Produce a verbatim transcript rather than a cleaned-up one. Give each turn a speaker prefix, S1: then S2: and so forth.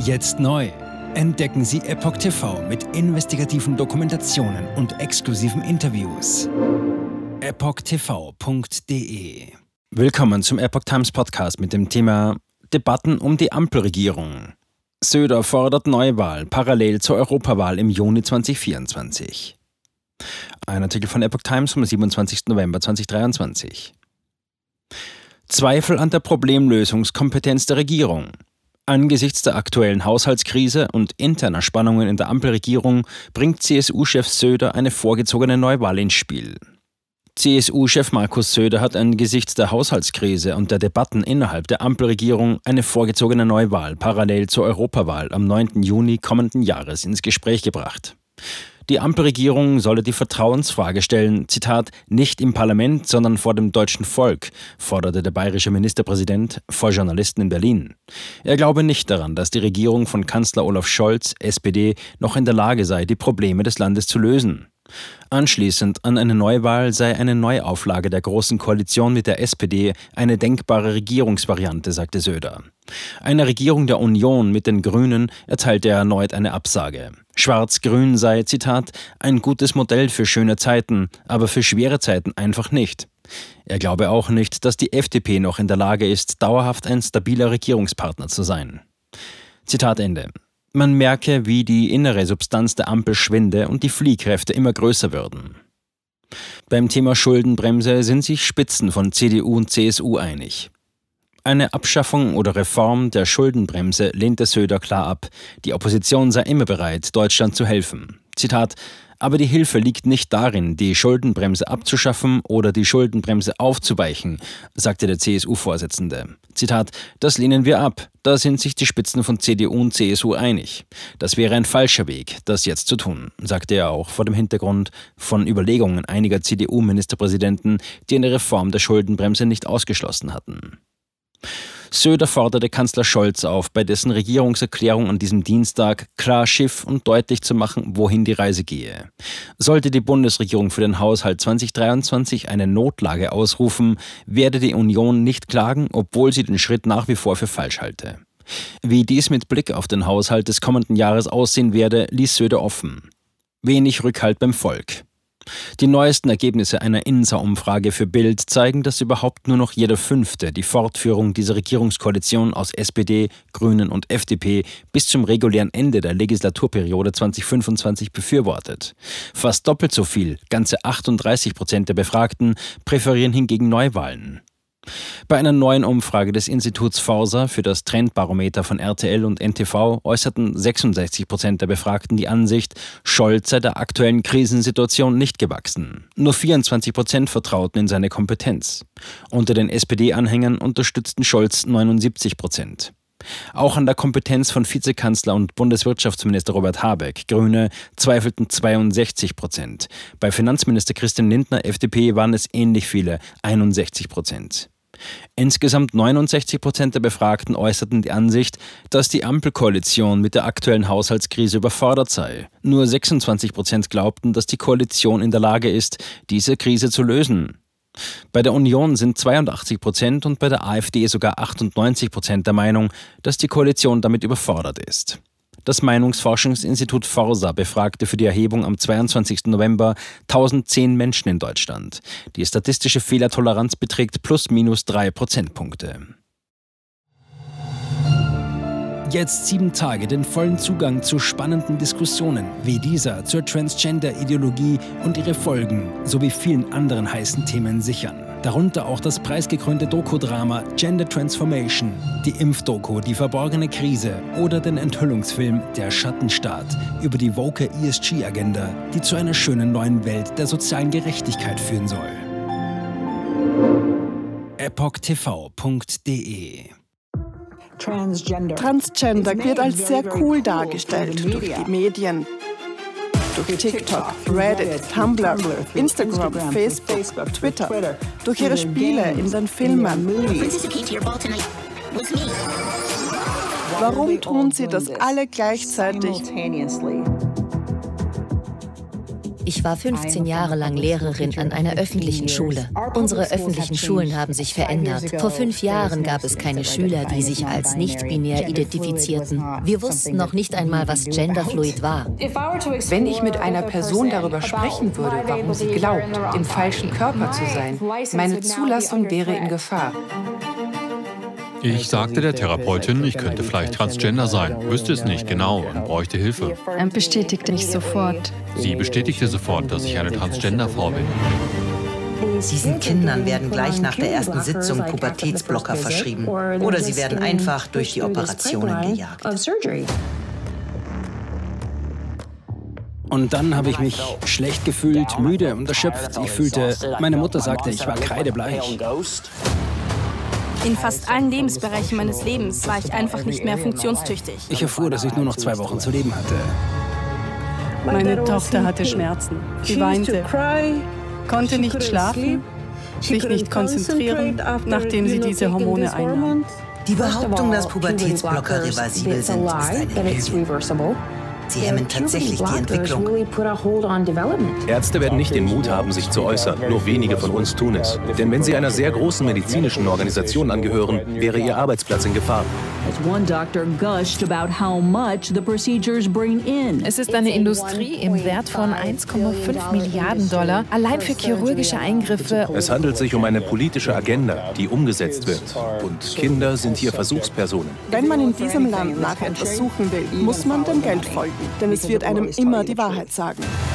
S1: Jetzt neu. Entdecken Sie Epoch T V mit investigativen Dokumentationen und exklusiven Interviews. epoch t v punkt d e. Willkommen zum Epoch Times Podcast mit dem Thema Debatten um die Ampelregierung. Söder fordert Neuwahl parallel zur Europawahl im Juni zweitausendvierundzwanzig. Ein Artikel von Epoch Times vom siebenundzwanzigsten November zweitausenddreiundzwanzig. Zweifel an der Problemlösungskompetenz der Regierung. Angesichts der aktuellen Haushaltskrise und interner Spannungen in der Ampelregierung bringt C S U-Chef Söder eine vorgezogene Neuwahl ins Spiel. C S U-Chef Markus Söder hat angesichts der Haushaltskrise und der Debatten innerhalb der Ampelregierung eine vorgezogene Neuwahl parallel zur Europawahl am neunten Juni kommenden Jahres ins Gespräch gebracht. Die Ampelregierung solle die Vertrauensfrage stellen, Zitat, nicht im Parlament, sondern vor dem deutschen Volk, forderte der bayerische Ministerpräsident vor Journalisten in Berlin. Er glaube nicht daran, dass die Regierung von Kanzler Olaf Scholz, S P D, noch in der Lage sei, die Probleme des Landes zu lösen. Anschließend an eine Neuwahl sei eine Neuauflage der Großen Koalition mit der S P D eine denkbare Regierungsvariante, sagte Söder. Eine Regierung der Union mit den Grünen erteilte er erneut eine Absage. Schwarz-Grün sei, Zitat, ein gutes Modell für schöne Zeiten, aber für schwere Zeiten einfach nicht. Er glaube auch nicht, dass die F D P noch in der Lage ist, dauerhaft ein stabiler Regierungspartner zu sein. Zitat Ende. Man merke, wie die innere Substanz der Ampel schwinde und die Fliehkräfte immer größer würden. Beim Thema Schuldenbremse sind sich Spitzen von C D U und C S U einig. Eine Abschaffung oder Reform der Schuldenbremse lehnte Söder klar ab. Die Opposition sei immer bereit, Deutschland zu helfen. Zitat: Aber die Hilfe liegt nicht darin, die Schuldenbremse abzuschaffen oder die Schuldenbremse aufzuweichen, sagte der C S U-Vorsitzende. Zitat: Das lehnen wir ab. Da sind sich die Spitzen von C D U und C S U einig. Das wäre ein falscher Weg, das jetzt zu tun, sagte er auch vor dem Hintergrund von Überlegungen einiger C D U-Ministerpräsidenten, die eine Reform der Schuldenbremse nicht ausgeschlossen hatten. Söder forderte Kanzler Scholz auf, bei dessen Regierungserklärung an diesem Dienstag klar Schiff und deutlich zu machen, wohin die Reise gehe. Sollte die Bundesregierung für den Haushalt zweitausenddreiundzwanzig eine Notlage ausrufen, werde die Union nicht klagen, obwohl sie den Schritt nach wie vor für falsch halte. Wie dies mit Blick auf den Haushalt des kommenden Jahres aussehen werde, ließ Söder offen. Wenig Rückhalt beim Volk. Die neuesten Ergebnisse einer INSA-Umfrage für Bild zeigen, dass überhaupt nur noch jeder Fünfte die Fortführung dieser Regierungskoalition aus S P D, Grünen und F D P bis zum regulären Ende der Legislaturperiode zweitausendfünfundzwanzig befürwortet. Fast doppelt so viel, ganze achtunddreißig Prozent der Befragten, präferieren hingegen Neuwahlen. Bei einer neuen Umfrage des Instituts Forsa für das Trendbarometer von R T L und N T V äußerten sechsundsechzig Prozent der Befragten die Ansicht, Scholz sei der aktuellen Krisensituation nicht gewachsen. Nur vierundzwanzig Prozent vertrauten in seine Kompetenz. Unter den S P D-Anhängern unterstützten Scholz neunundsiebzig Prozent. Auch an der Kompetenz von Vizekanzler und Bundeswirtschaftsminister Robert Habeck, Grüne, zweifelten zweiundsechzig Prozent. Bei Finanzminister Christian Lindner, F D P, waren es ähnlich viele, einundsechzig Prozent. Insgesamt neunundsechzig Prozent der Befragten äußerten die Ansicht, dass die Ampelkoalition mit der aktuellen Haushaltskrise überfordert sei. Nur sechsundzwanzig Prozent glaubten, dass die Koalition in der Lage ist, diese Krise zu lösen. Bei der Union sind zweiundachtzig Prozent und bei der AfD sogar achtundneunzig Prozent der Meinung, dass die Koalition damit überfordert ist. Das Meinungsforschungsinstitut Forsa befragte für die Erhebung am zweiundzwanzigsten November tausendzehn Menschen in Deutschland. Die statistische Fehlertoleranz beträgt plus minus drei Prozentpunkte. Jetzt sieben Tage den vollen Zugang zu spannenden Diskussionen wie dieser zur Transgender-Ideologie und ihre Folgen sowie vielen anderen heißen Themen sichern. Darunter auch das preisgekrönte Doku-Drama Gender Transformation, die Impfdoku Die verborgene Krise oder den Enthüllungsfilm Der Schattenstaat über die woke E S G-Agenda, die zu einer schönen neuen Welt der sozialen Gerechtigkeit führen soll. epoch t v punkt d e.
S2: Transgender wird als sehr cool dargestellt durch die Medien, durch TikTok, Reddit, Tumblr, Instagram, Facebook, Twitter, durch ihre Spiele in den Filmen. Warum tun sie das alle gleichzeitig?
S3: Ich war fünfzehn Jahre lang Lehrerin an einer öffentlichen Schule. Unsere öffentlichen Schulen haben sich verändert. Vor fünf Jahren gab es keine Schüler, die sich als nicht-binär identifizierten. Wir wussten noch nicht einmal, was genderfluid war.
S4: Wenn ich mit einer Person darüber sprechen würde, warum sie glaubt, im falschen Körper zu sein, meine Zulassung wäre in Gefahr.
S5: Ich sagte der Therapeutin, ich könnte vielleicht transgender sein, wüsste es nicht genau und bräuchte Hilfe.
S6: Er bestätigte mich sofort.
S5: Sie bestätigte sofort, dass ich eine Transgender-Frau bin.
S7: Diesen Kindern werden gleich nach der ersten Sitzung Pubertätsblocker verschrieben. Oder sie werden einfach durch die Operationen gejagt.
S1: Und dann habe ich mich schlecht gefühlt, müde und erschöpft. Ich fühlte, meine Mutter sagte, ich war kreidebleich.
S8: In fast allen Lebensbereichen meines Lebens war ich einfach nicht mehr funktionstüchtig.
S1: Ich erfuhr, dass ich nur noch zwei Wochen zu leben hatte.
S9: Meine Tochter hatte Schmerzen. Sie weinte, konnte nicht schlafen, sich nicht konzentrieren, nachdem sie diese Hormone einnahm.
S7: Die Behauptung, dass Pubertätsblocker reversibel sind, ist eine Lüge. Sie hemmen tatsächlich die Entwicklung.
S10: Ärzte werden nicht den Mut haben, sich zu äußern. Nur wenige von uns tun es. Denn wenn sie einer sehr großen medizinischen Organisation angehören, wäre ihr Arbeitsplatz in Gefahr.
S11: Es ist eine Industrie im Wert von eins Komma fünf Milliarden Dollar, allein für chirurgische Eingriffe.
S10: Es handelt sich um eine politische Agenda, die umgesetzt wird. Und Kinder sind hier Versuchspersonen.
S2: Wenn man in diesem Land nach etwas suchen will, muss man dem Geld folgen. Denn es wird einem immer die Wahrheit sagen.